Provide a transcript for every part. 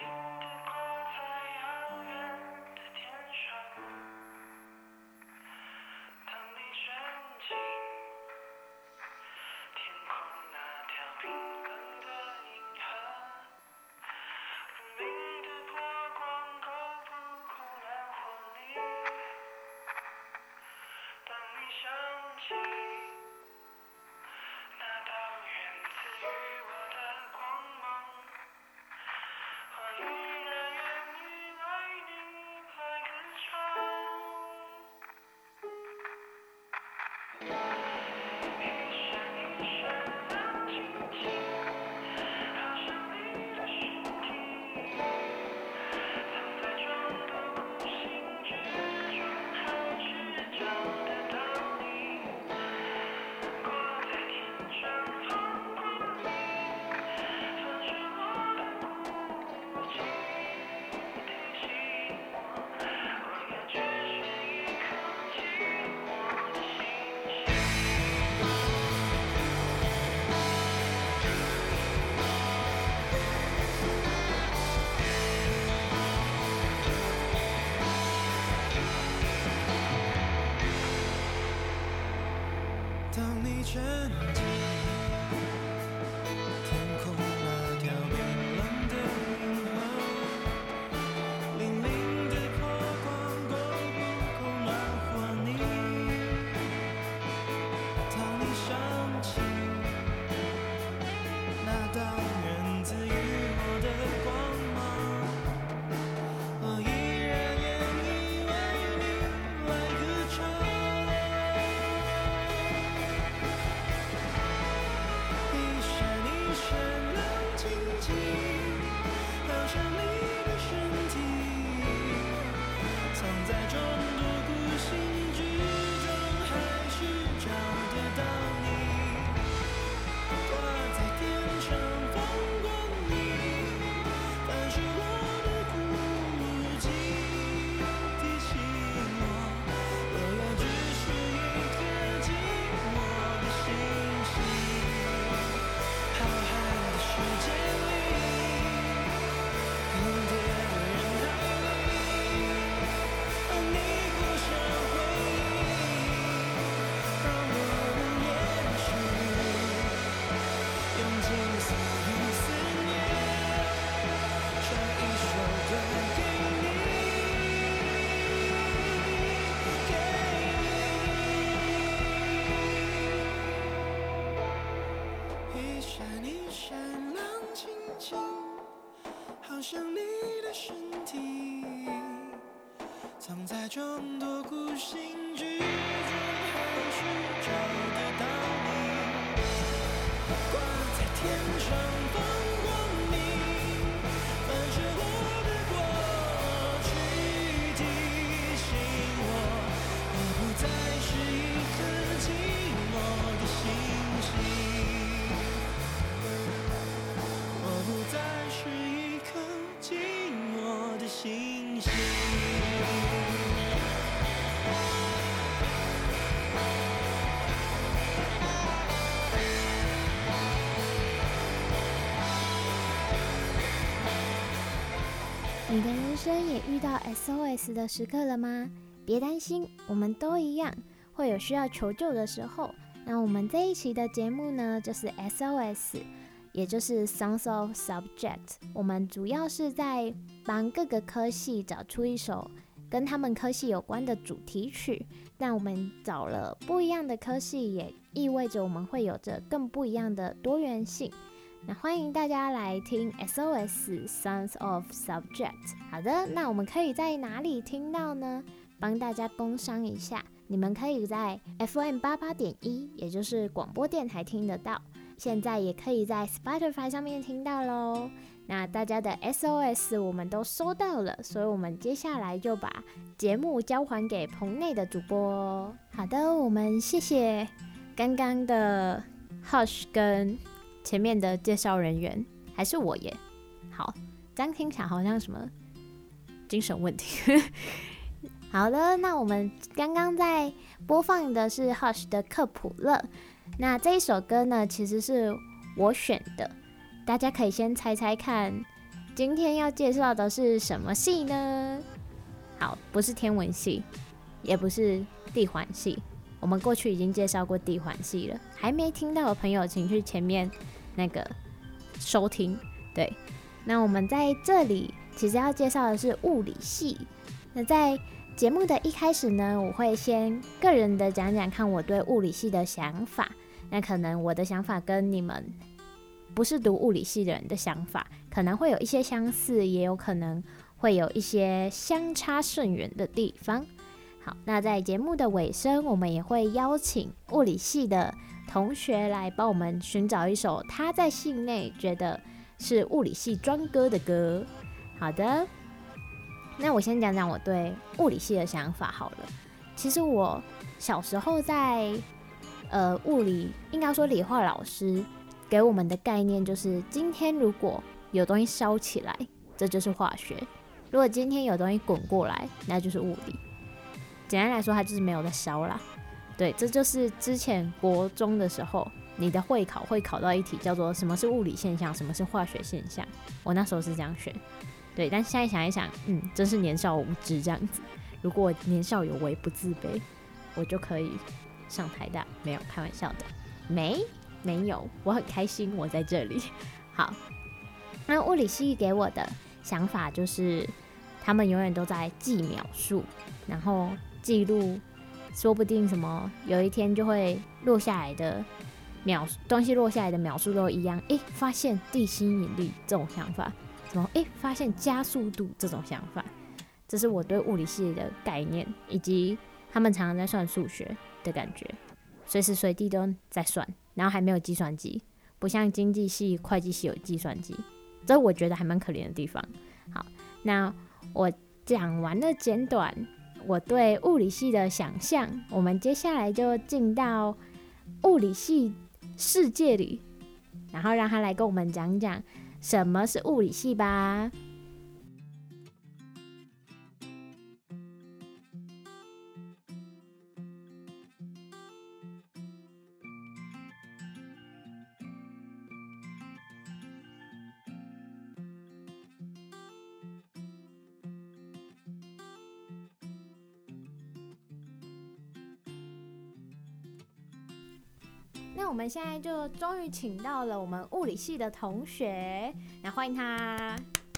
像你的身体，藏在众多孤星之中，还是找得到你，挂在天上放光明，反射我的过去，提醒我，我不再是一颗寂寞的星星，我不再是一颗寂寞的星星。 你的人生也遇到 SOS 的时刻了吗？别担心，我们都一样，会有需要求救的时候。那我们这一期的节目呢，就是 SOS， 也就是 Songs of Subject。我们主要是在帮各个科系找出一首跟他们科系有关的主题曲。但我们找了不一样的科系，也意味着我们会有着更不一样的多元性。那欢迎大家来听 SOS Songs of Subject。 好的，那我们可以在哪里听到呢？帮大家工商一下，你们可以在 FM 88.1， 也就是广播电台听得到，现在也可以在 Spotify 上面听到咯。那大家的 SOS 我们都收到了，所以我们接下来就把节目交还给棚内的主播。好的，我们谢谢刚刚的 Hush 跟前面的介绍人员，还是我耶。好，这样听起来好像什么精神问题。好的，那我们刚刚在播放的是 Hush 的克普勒。那这一首歌呢，其实是我选的，大家可以先猜猜看今天要介绍的是什么系呢？好，不是天文系，也不是地环系。我们过去已经介绍过地环系了，还没听到的朋友，请去前面那个收听。对，那我们在这里其实要介绍的是物理系。那在节目的一开始呢，我会先个人的讲讲看我对物理系的想法。那可能我的想法跟你们不是读物理系的人的想法可能会有一些相似，也有可能会有一些相差甚远的地方。好，那在节目的尾声，我们也会邀请物理系的同学来帮我们寻找一首他在系内觉得是物理系专歌的歌。好的，那我先讲讲我对物理系的想法好了。其实我小时候在物理，应该说理化老师给我们的概念就是，今天如果有东西烧起来，这就是化学；如果今天有东西滚过来，那就是物理。简单来说，它就是没有在烧啦。对，这就是之前国中的时候，你的会考会考到一题叫做什么是物理现象，什么是化学现象。我那时候是这样选。对，但现在想一想，真是年少无知这样子。如果我年少有为不自卑，我就可以上台大。没有，开玩笑的，没有，我很开心我在这里。好，那物理系给我的想法就是，他们永远都在记秒数，然后记录，说不定什么有一天就会落下来的东西落下来的秒数都一样。发现地心引力这种想法，什么发现加速度这种想法，这是我对物理系的概念，以及他们常常在算数学的感觉，随时随地都在算，然后还没有计算机，不像经济系、会计系有计算机，这我觉得还蛮可怜的地方。好，那我讲完了简短我对物理系的想象，我们接下来就进到物理系世界里，然后让他来跟我们讲讲什么是物理系吧。那我们现在就终于请到了我们物理系的同学，那欢迎他。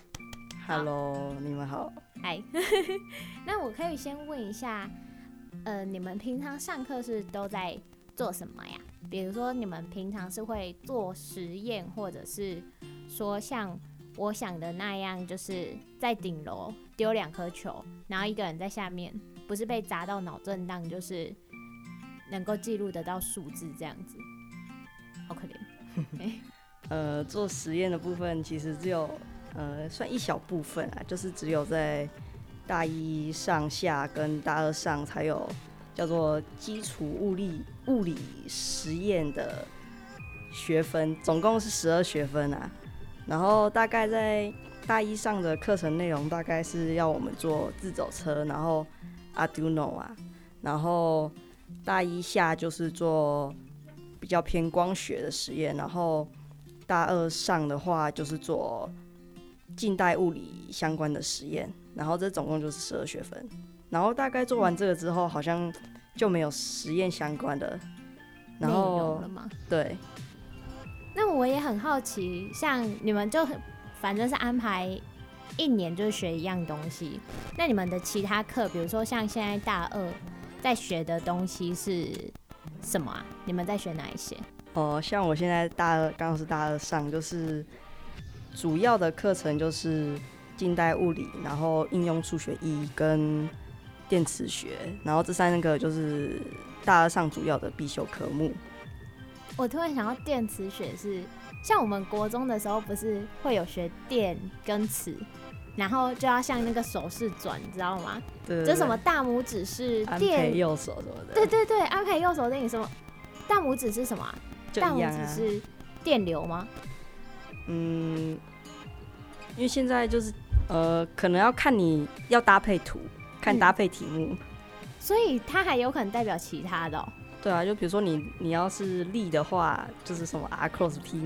Hello， 你们好。 嗨。那我可以先问一下，你们平常上课是都在做什么呀？比如说你们平常是会做实验，或者是说像我想的那样，就是在顶楼丢2颗球，然后一个人在下面，不是被砸到脑震荡，就是能够记录得到数字这样子。好可怜。 做实验的部分其实只有算一小部分啊，就是只有在大一上下跟大二上才有叫做基础物理实验的学分，总共是12学分啊。然后大概在大一上的课程内容，大概是要我们做自走车，然后 Arduino 啊，然后大一下就是做比较偏光学的实验，然后大二上的话就是做近代物理相关的实验，然后这总共就是12学分。然后大概做完这个之后，好像就没有实验相关的然后内容了吗？ 对。 那我也很好奇，像你们就反正是安排1年就是学一样东西，那你们的其他课，比如说像现在大二在学的东西是什么啊？你们在学哪一些？ 像我现在大二，刚好是大二上，就是主要的课程就是近代物理，然后应用数学1跟电磁学，然后这3个就是大二上主要的必修科目。 我突然想到电磁学是像我们国中的时候，不是会有学电跟磁，然后就要像那个手势转，你知道吗？ 对对对， 这什么大拇指是电， 安培右手什么的。 对对对，安培右手电，什么大拇指是什么啊？ 就一样啊。 大拇指是电流吗？ 因为现在就是可能要看你要搭配图，看搭配题目， 所以它还有可能代表其他的哦。 对啊，就比如说你要是力的话，就是什么 R cross P 嘛，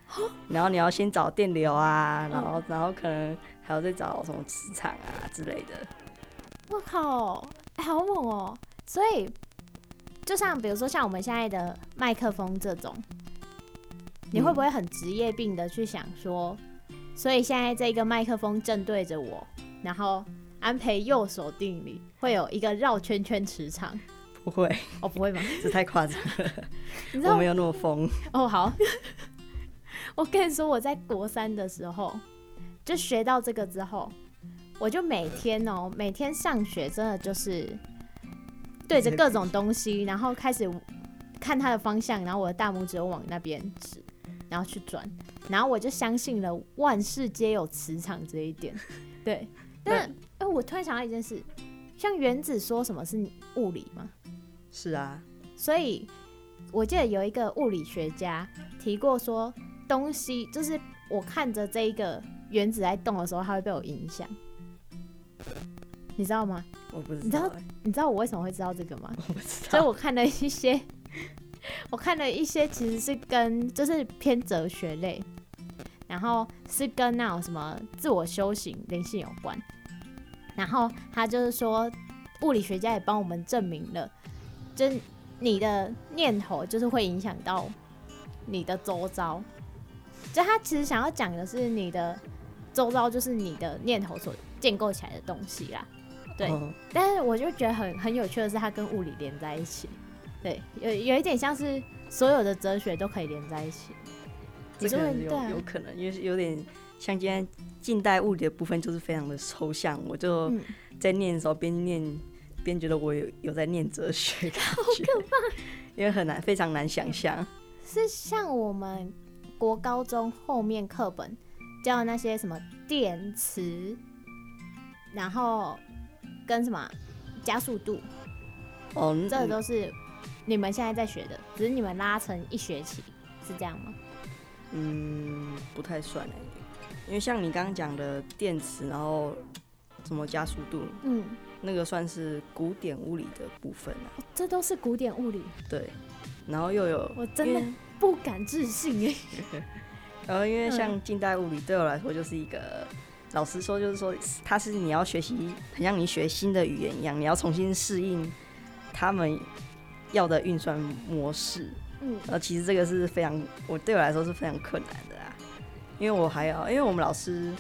然后你要先找电流啊，然后可能还要再找什么磁场啊之类的。 我靠，好猛哦！所以就像比如说像我们现在的麦克风这种，你会不会很职业病的去想说，所以现在这个麦克风正对着我，然后安培右手定理会有一个绕圈圈磁场？ 不会， 哦，不会吗？ 这太夸张了， 你知道我没有那么疯。 哦，好，我跟你说，我在国3的时候就学到这个之后，我就每天上学真的就是对着各种东西，然后开始看它的方向，然后我的大拇指往那边指，然后去转，然后我就相信了万事皆有磁场这一点。对，但我突然想到一件事，像原子说什么是物理吗？ 是啊， 所以我记得有一个物理学家提过说，东西就是我看着这一个原子在动的时候，它会被我影响。你知道吗？ 我不知道。 你知道我为什么会知道这个吗？ 我不知道。 所以我看了一些，其实是跟就是偏哲学类，然后是跟那种什么自我修行、灵性有关。然后他就是说，物理学家也帮我们证明了，就是你的念头就是会影响到你的周遭。就他其实想要讲的是，你的周遭就是你的念头所建构起来的东西啦。对，但是我就觉得很有趣的是，它跟物理连在一起。对，有一点像是所有的哲学都可以连在一起。 这个有可能，因为有点像今天近代物理的部分，就是非常的抽象。我就在念的时候边念边觉得我有在念哲学，感觉好可怕，因为非常难想象。 是像我们国高中后面课本教的那些什么电磁，然后跟什么加速度，这都是你们现在在学的，只是你们拉成一学期，是这样吗？ 不太算欸，因为像你刚刚讲的电磁，然后什么加速度，那个算是古典物理的部分啊。 这都是古典物理。 对，然后又有， 我真的不敢置信耶。 然后因为像近代物理对我来说就是一个，老实说就是说，它是你要学习，很像你学新的语言一样，你要重新适应他们要的运算模式。其实这个是对我来说是非常困难的啦，因为我们老师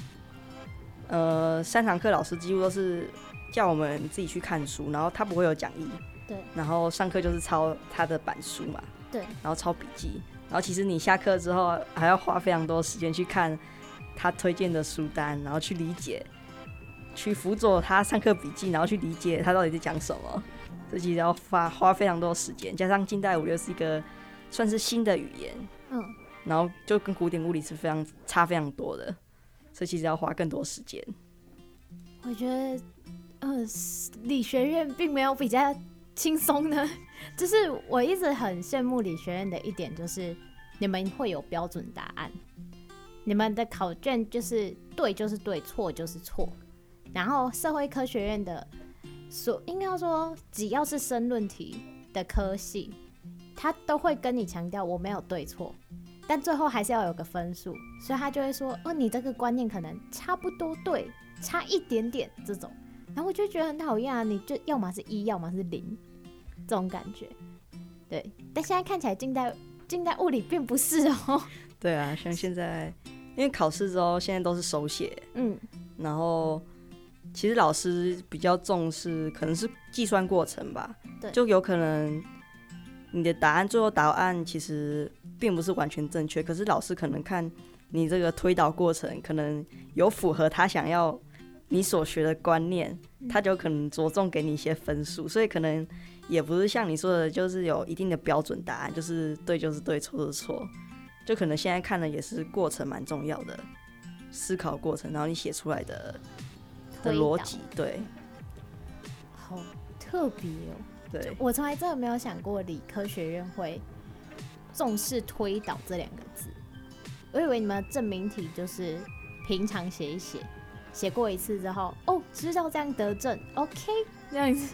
，3堂课老师几乎都是叫我们自己去看书，然后他不会有讲义， 对， 然后上课就是抄他的板书嘛， 对， 然后抄笔记，然后其实你下课之后还要花非常多时间去看他推荐的书单，然后去理解，去辅佐他上课笔记，然后去理解他到底在讲什么，这其实要花非常多时间，加上近代物理是一个算是新的语言，然后就跟古典物理是差非常多的，所以其实要花更多时间。 我觉得，理学院并没有比较轻松的，就是我一直很羡慕理学院的一点，就是你们会有标准答案，你们的考卷就是对就是对，错就是错。然后社会科学院的，应该说只要是申论题的科系，他都会跟你强调我没有对错，但最后还是要有个分数，所以他就会说，你这个观念可能差不多对，差一点点这种，然后我就觉得很讨厌啊，你就要么是1，要么是0，这种感觉。对，但现在看起来近代物理并不是哦。 对啊，像现在因为考试之后，现在都是手写，然后其实老师比较重视可能是计算过程吧， 对， 就有可能你的最后答案其实并不是完全正确，可是老师可能看你这个推导过程可能有符合他想要你所学的观念，他就可能着重给你一些分数，所以可能也不是像你说的就是有一定的标准答案，就是对就是对，错就是错，就可能现在看的也是过程蛮重要的，思考过程，然后你写出来的逻辑，对， 好特别哦。 对， 我从来真的没有想过理科学院会重视推导这2个字，我以为你们的证明题就是平常写一写，写过一次之后，知道这样得证 ，OK 这样子。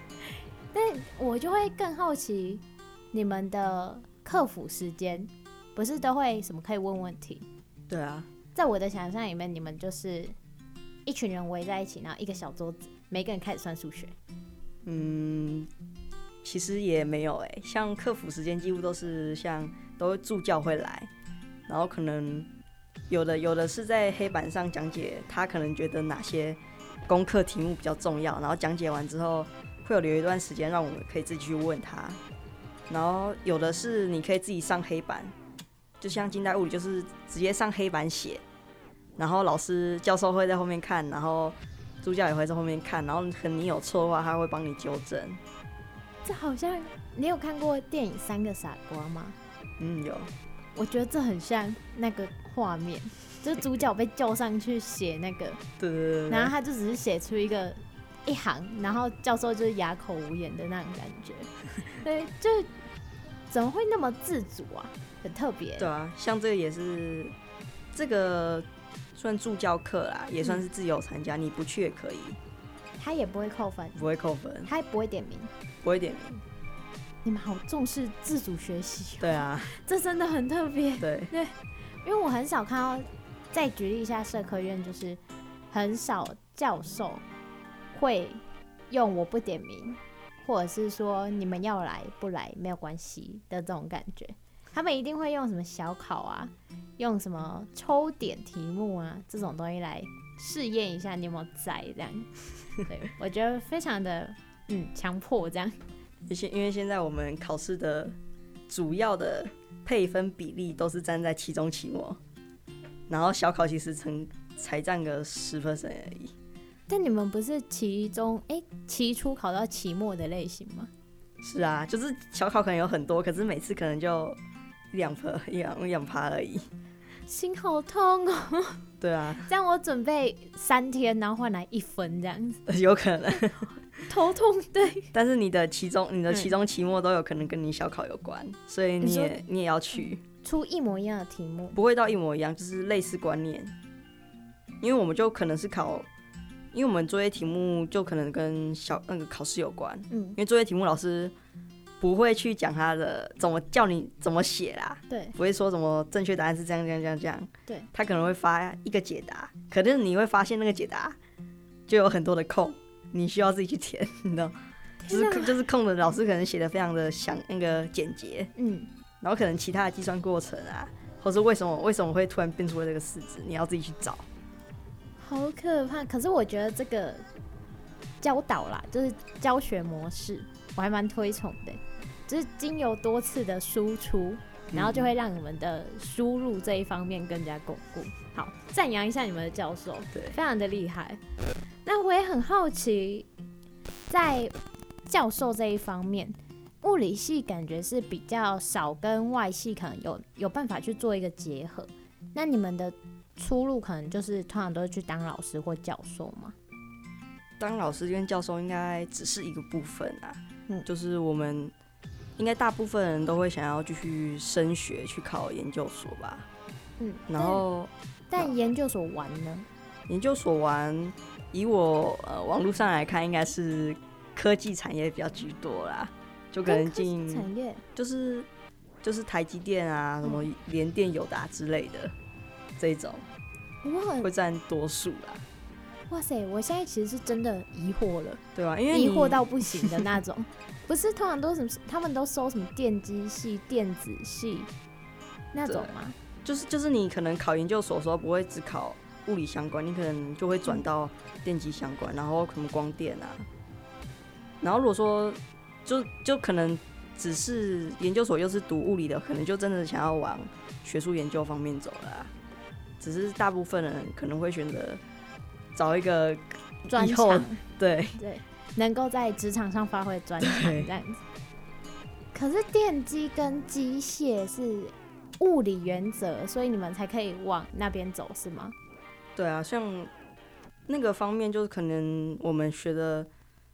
但我就会更好奇你们的课辅时间不是都会什么可以问问题？ 对啊， 在我的想象里面，你们就是一群人围在一起，然后一个小桌子，每个人开始算数学。 其实也没有像课辅时间几乎都助教会来，然后可能有的是在黑板上讲解，他可能觉得哪些功课题目比较重要，然后讲解完之后会有留一段时间让我们可以自己去问他，然后有的是你可以自己上黑板，就像近代物理就是直接上黑板写，然后教授会在后面看，然后助教也会在后面看，然后可能你有错的话他会帮你纠正。 这好像你有看过电影《三个傻瓜》吗？ 有。 我觉得这很像那个画面，就是主角被叫上去写那个， 对， 然后他就只是写出一行，然后教授就是哑口无言的那种感觉。对，就怎么会那么自主啊？很特别。 对啊，像这个也是，这个算助教课啦，也算是自由参加，你不去也可以。 他也不会扣分， 不会扣分， 他也不会点名， 不会点名。 你们好重视自主学习。 对啊， 这真的很特别。 对， 因为我很少看到，再举例一下社科院，就是很少教授会用我不点名，或者是说你们要来不来没有关系的这种感觉。他们一定会用什么小考啊，用什么抽点题目啊这种东西来试验一下你有没有在这样。对，我觉得非常的强迫这样。 因为现在我们考试的主要的配分比例都是站在期中、期末，然后小考其实才占个10% 而已。 但你们不是期初考到期末的类型吗？ 是啊，就是小考可能有很多，可是每次可能就1-2% 而已。 心好痛哦。 对啊， 这样我准备3天，然后换来1分这样子， 有可能。 头痛。对， 但是你的期中、期末都有可能跟你小考有关，所以你也要去出一模一样的题目， 不会到一模一样，就是类似观念。因为我们就可能是因为我们作业题目就可能跟那个考试有关，因为作业题目老师不会去讲他的叫你怎么写啦， 对， 不会说什么正确答案是这样， 对， 他可能会发一个解答，可是你会发现那个解答就有很多的空，你需要自己去填，你知道，就是空的老师可能写的非常的那个简洁，然后可能其他的计算过程啊，或是为什么会突然变出了这个式子，你要自己去找。 好可怕！可是我觉得这个教导啦，就是教学模式，我还蛮推崇的，就是经由多次的输出，然后就会让你们的输入这一方面更加巩固。好，赞扬一下你们的教授， 对， 非常的厉害。那我也很好奇，在教授这一方面，物理系感觉是比较少跟外系可能有办法去做一个结合。那你们的出路可能就是通常都是去当老师或教授吗？ 当老师跟教授应该只是一个部分啊，就是我们应该大部分人都会想要继续升学去考研究所吧。然后但研究所完呢？ 研究所完，以我网络上来看，应该是科技产业比较居多啦，就可能进产业， 就是台积电啊，什么联电、友达之类的这一种，会占多数啦。 哇塞，我现在其实是真的疑惑了， 对吧？因为疑惑到不行的那种。不是通常都是他们都收什么电机系、电子系那种吗？ 就是你可能考研究所的时候不会只考物理相关，你可能就会转到电机相关，然后什么光电啊。然后如果说就可能只是研究所又是读物理的，可能就真的想要往学术研究方面走了啊。只是大部分人可能会选择找一个专长， 对， 能够在职场上发挥专长这样子。可是电机跟机械是物理原则，所以你们才可以往那边走，是吗？ 对啊，像那个方面就是可能我们学的，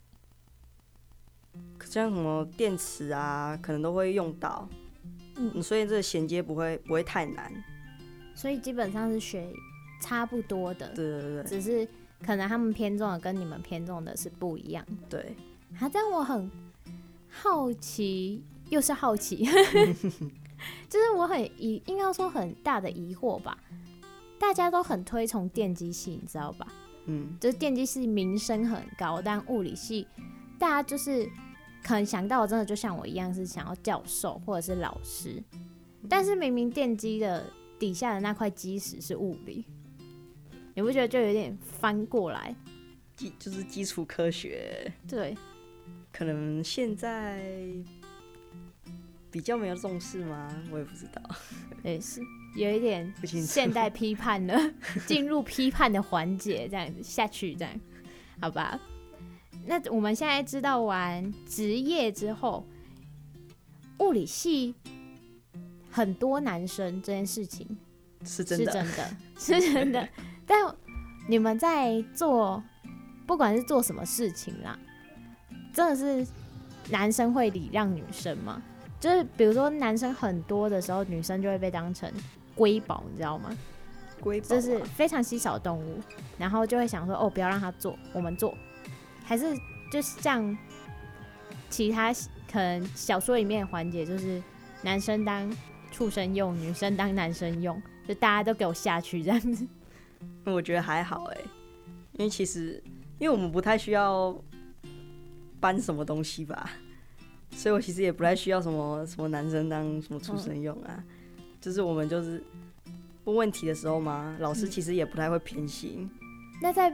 像什么电池啊，可能都会用到，所以这个衔接不会太难。 所以基本上是学差不多的， 对， 只是可能他们偏重的跟你们偏重的是不一样。 对， 这样我很好奇，又是好奇， 就是我应该说很大的疑惑吧。大家都很推崇电机系，你知道吧？就是电机系名声很高，但物理系大家就是可能想到的真的就像我一样是想要教授或者是老师，但是明明电机的底下的那块基石是物理，你不觉得就有点翻过来？ 就是基础科学， 对， 可能现在比较没有重视吗？我也不知道。 也是有一点现代批判了，进入批判的环节，这样子下去，这样好吧？那我们现在知道完职业之后，物理系很多男生这件事情是真的， 是真的。但你们在做，不管是做什么事情啦，真的是男生会礼让女生吗？就是比如说男生很多的时候，女生就会被当成瑰宝，你知道吗？ 瑰宝、啊、 这是非常稀少的动物，然后就会想说，哦，不要让他做，我们做，还是就像其他可能小说里面的环节，就是男生当畜生用，女生当男生用，就大家都给我下去这样子。 我觉得还好哎，因为我们不太需要搬什么东西吧，所以我其实也不太需要什么男生当什么畜生用啊。就是我们就是问问题的时候嘛，老师其实也不太会偏心。 那在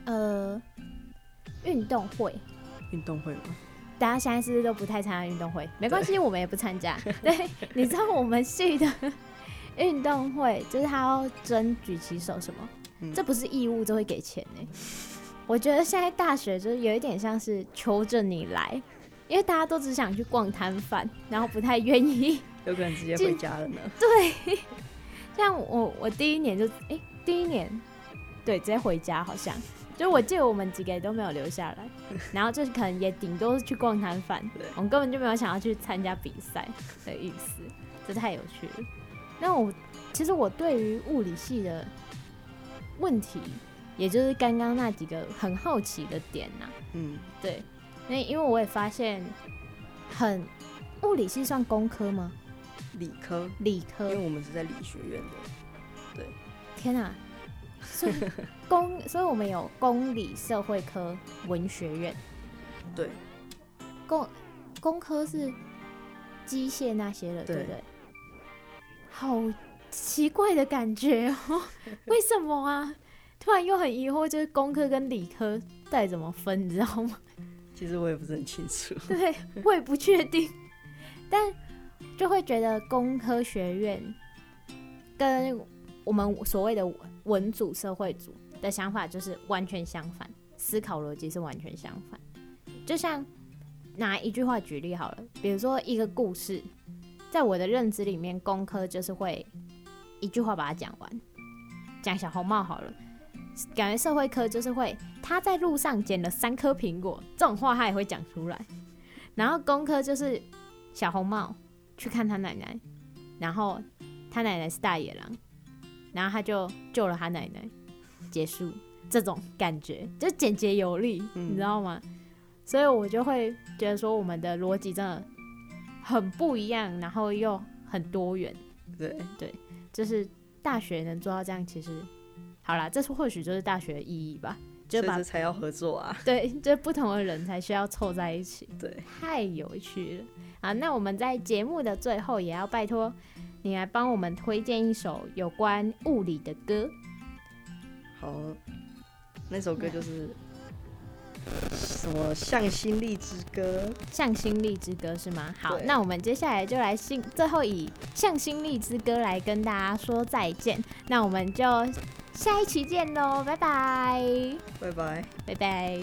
运动会吗？ 大家现在是不是都不太参加运动会？没关系，我们也不参加。对，你知道我们系的运动会就是他要争举旗手什么，这不是义务，这会给钱呢。我觉得现在大学就是有一点像是求着你来，因为大家都只想去逛摊贩，然后不太愿意， 有可能直接回家了呢。 对，像我第一年就对直接回家，好像就我记得我们几个也都没有留下来，然后就是可能也顶多是去逛摊贩，我们根本就没有想要去参加比赛的意思，这太有趣了。那其实我对于物理系的问题，也就是刚刚那几个很好奇的点啊，对，那因为我也发现物理系算工科吗？理科， 因为我们是在理学院的，对。 天啊！所以我们有公理、社会科、文学院。 对。 工科是机械那些的，对不对？好奇怪的感觉哦，为什么啊？突然又很疑惑，就是工科跟理科到底怎么分，你知道吗？ 其实我也不是很清楚。 对，我也不确定，但就会觉得工科学院跟我们所谓的文组、社会组的想法就是完全相反，思考逻辑是完全相反。就像拿一句话举例好了，比如说一个故事，在我的认知里面，工科就是会一句话把它讲完。讲小红帽好了，感觉社会科就是会他在路上捡了3颗苹果，这种话他也会讲出来。然后工科就是小红帽去看他奶奶，然后他奶奶是大野狼，然后他就救了他奶奶，结束。这种感觉就简洁有力，你知道吗？所以我就会觉得说，我们的逻辑真的很不一样，然后又很多元。 对， 就是大学能做到这样，其实好啦，这或许就是大学的意义吧。就所以这才要合作啊。 对，就是不同的人才需要凑在一起。 对， 太有趣了啊！那我们在节目的最后，也要拜托你来帮我们推荐一首有关物理的歌。 好，那首歌就是什么《向心力之歌》？ 向心力之歌是吗？好，那我们接下来就来最后以《向心力之歌》来跟大家说再见。那我们就下一期见喽，拜拜， 拜拜， 拜拜。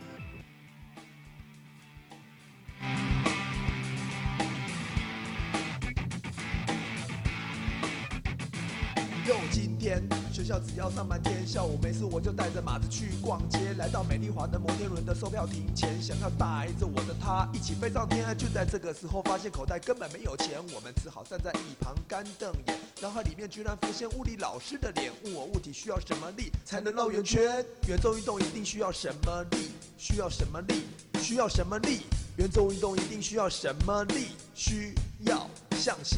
今天学校只要上半天，下午没事我就带着马子去逛街，来到美丽华的摩天轮的售票亭前，想要带着我的他一起飞上天。就在这个时候，发现口袋根本没有钱，我们只好站在一旁干瞪眼。脑海里面居然浮现物理老师的脸，问我物体需要什么力才能绕圆圈？圆周运动一定需要什么力？需要什么力？需要什么力？圆周运动一定需要什么力？需要向心力。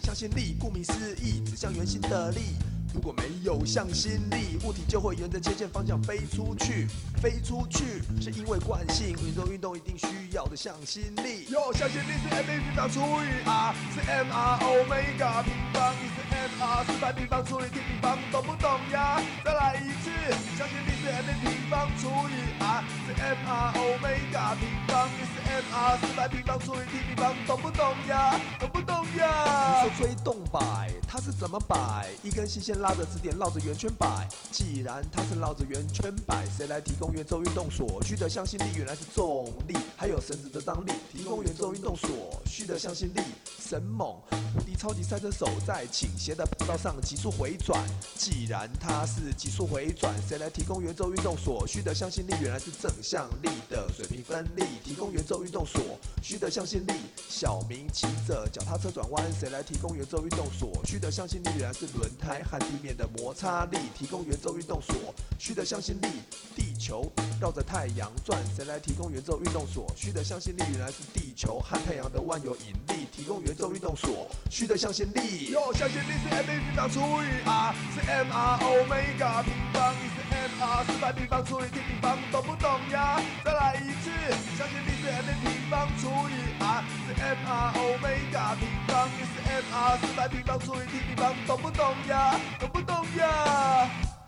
向心力顾名思义，指向圆心的力。如果没有向心力，物体就会沿着切线方向飞出去。飞出去是因为惯性，宇宙运动一定需要的向心力。哟，向心力是 m a 平方除以 r， 是 mr omega 平方，你是 mr 400平方除以 t 平方，懂不懂呀？再来一次，向心力是 m a 平方除以 r， 是 mr omega 平方，你是 mr 400平方除以 t 平方，懂不懂呀？懂不懂呀？你说吹动摆，它是怎么摆？一根细线拉着支点绕着圆圈摆。既然它是绕着圆圈摆，谁来提供圆周运动所需的向心力？原来是重力，还有绳子的张力。提供圆周运动所需的向心力，神猛无敌超级赛车手在倾斜的跑道上急速回转。既然它是急速回转，谁来提供圆周运动所需的向心力？原来是正向力的水平分力。提供圆周运动所需的向心力，小明骑着脚踏车转弯，谁来提供圆周运动所需的向心力？原来是轮胎和地面的摩擦力。提供圆周运动所需的向心力，地球绕着太阳转，谁来提供圆周运动所需的向心力？原来是地球和太阳的万有引力。提供圆周运动所需的向心力，哟，向心力是 m a 平方除以 r， 是 mr omega 平方，你是 mr 400平方除以 t 平方，懂不懂呀？再来一次，向心力是 m a 平方除以 r， 是 mr omega 平方，你是 mr 400平方除以 t 平方，懂不懂呀？懂不懂呀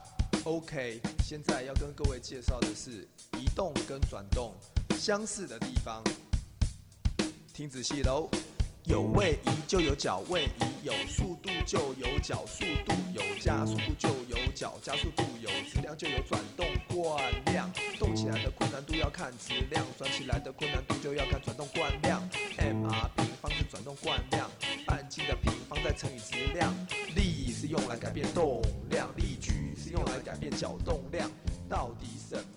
？OK， 现在要跟各位介绍的是移动跟转动相似的地方，听仔细喽。有位移就有角位移，有速度就有角速度，有加速度就有角加速度，有质量就有转动惯量。动起来的困难度要看质量，转起来的困难度就要看转动惯量。mr 平方是转动惯量，半径的平方再乘以质量。力是用来改变动量，力矩是用来改变角动量。到底什么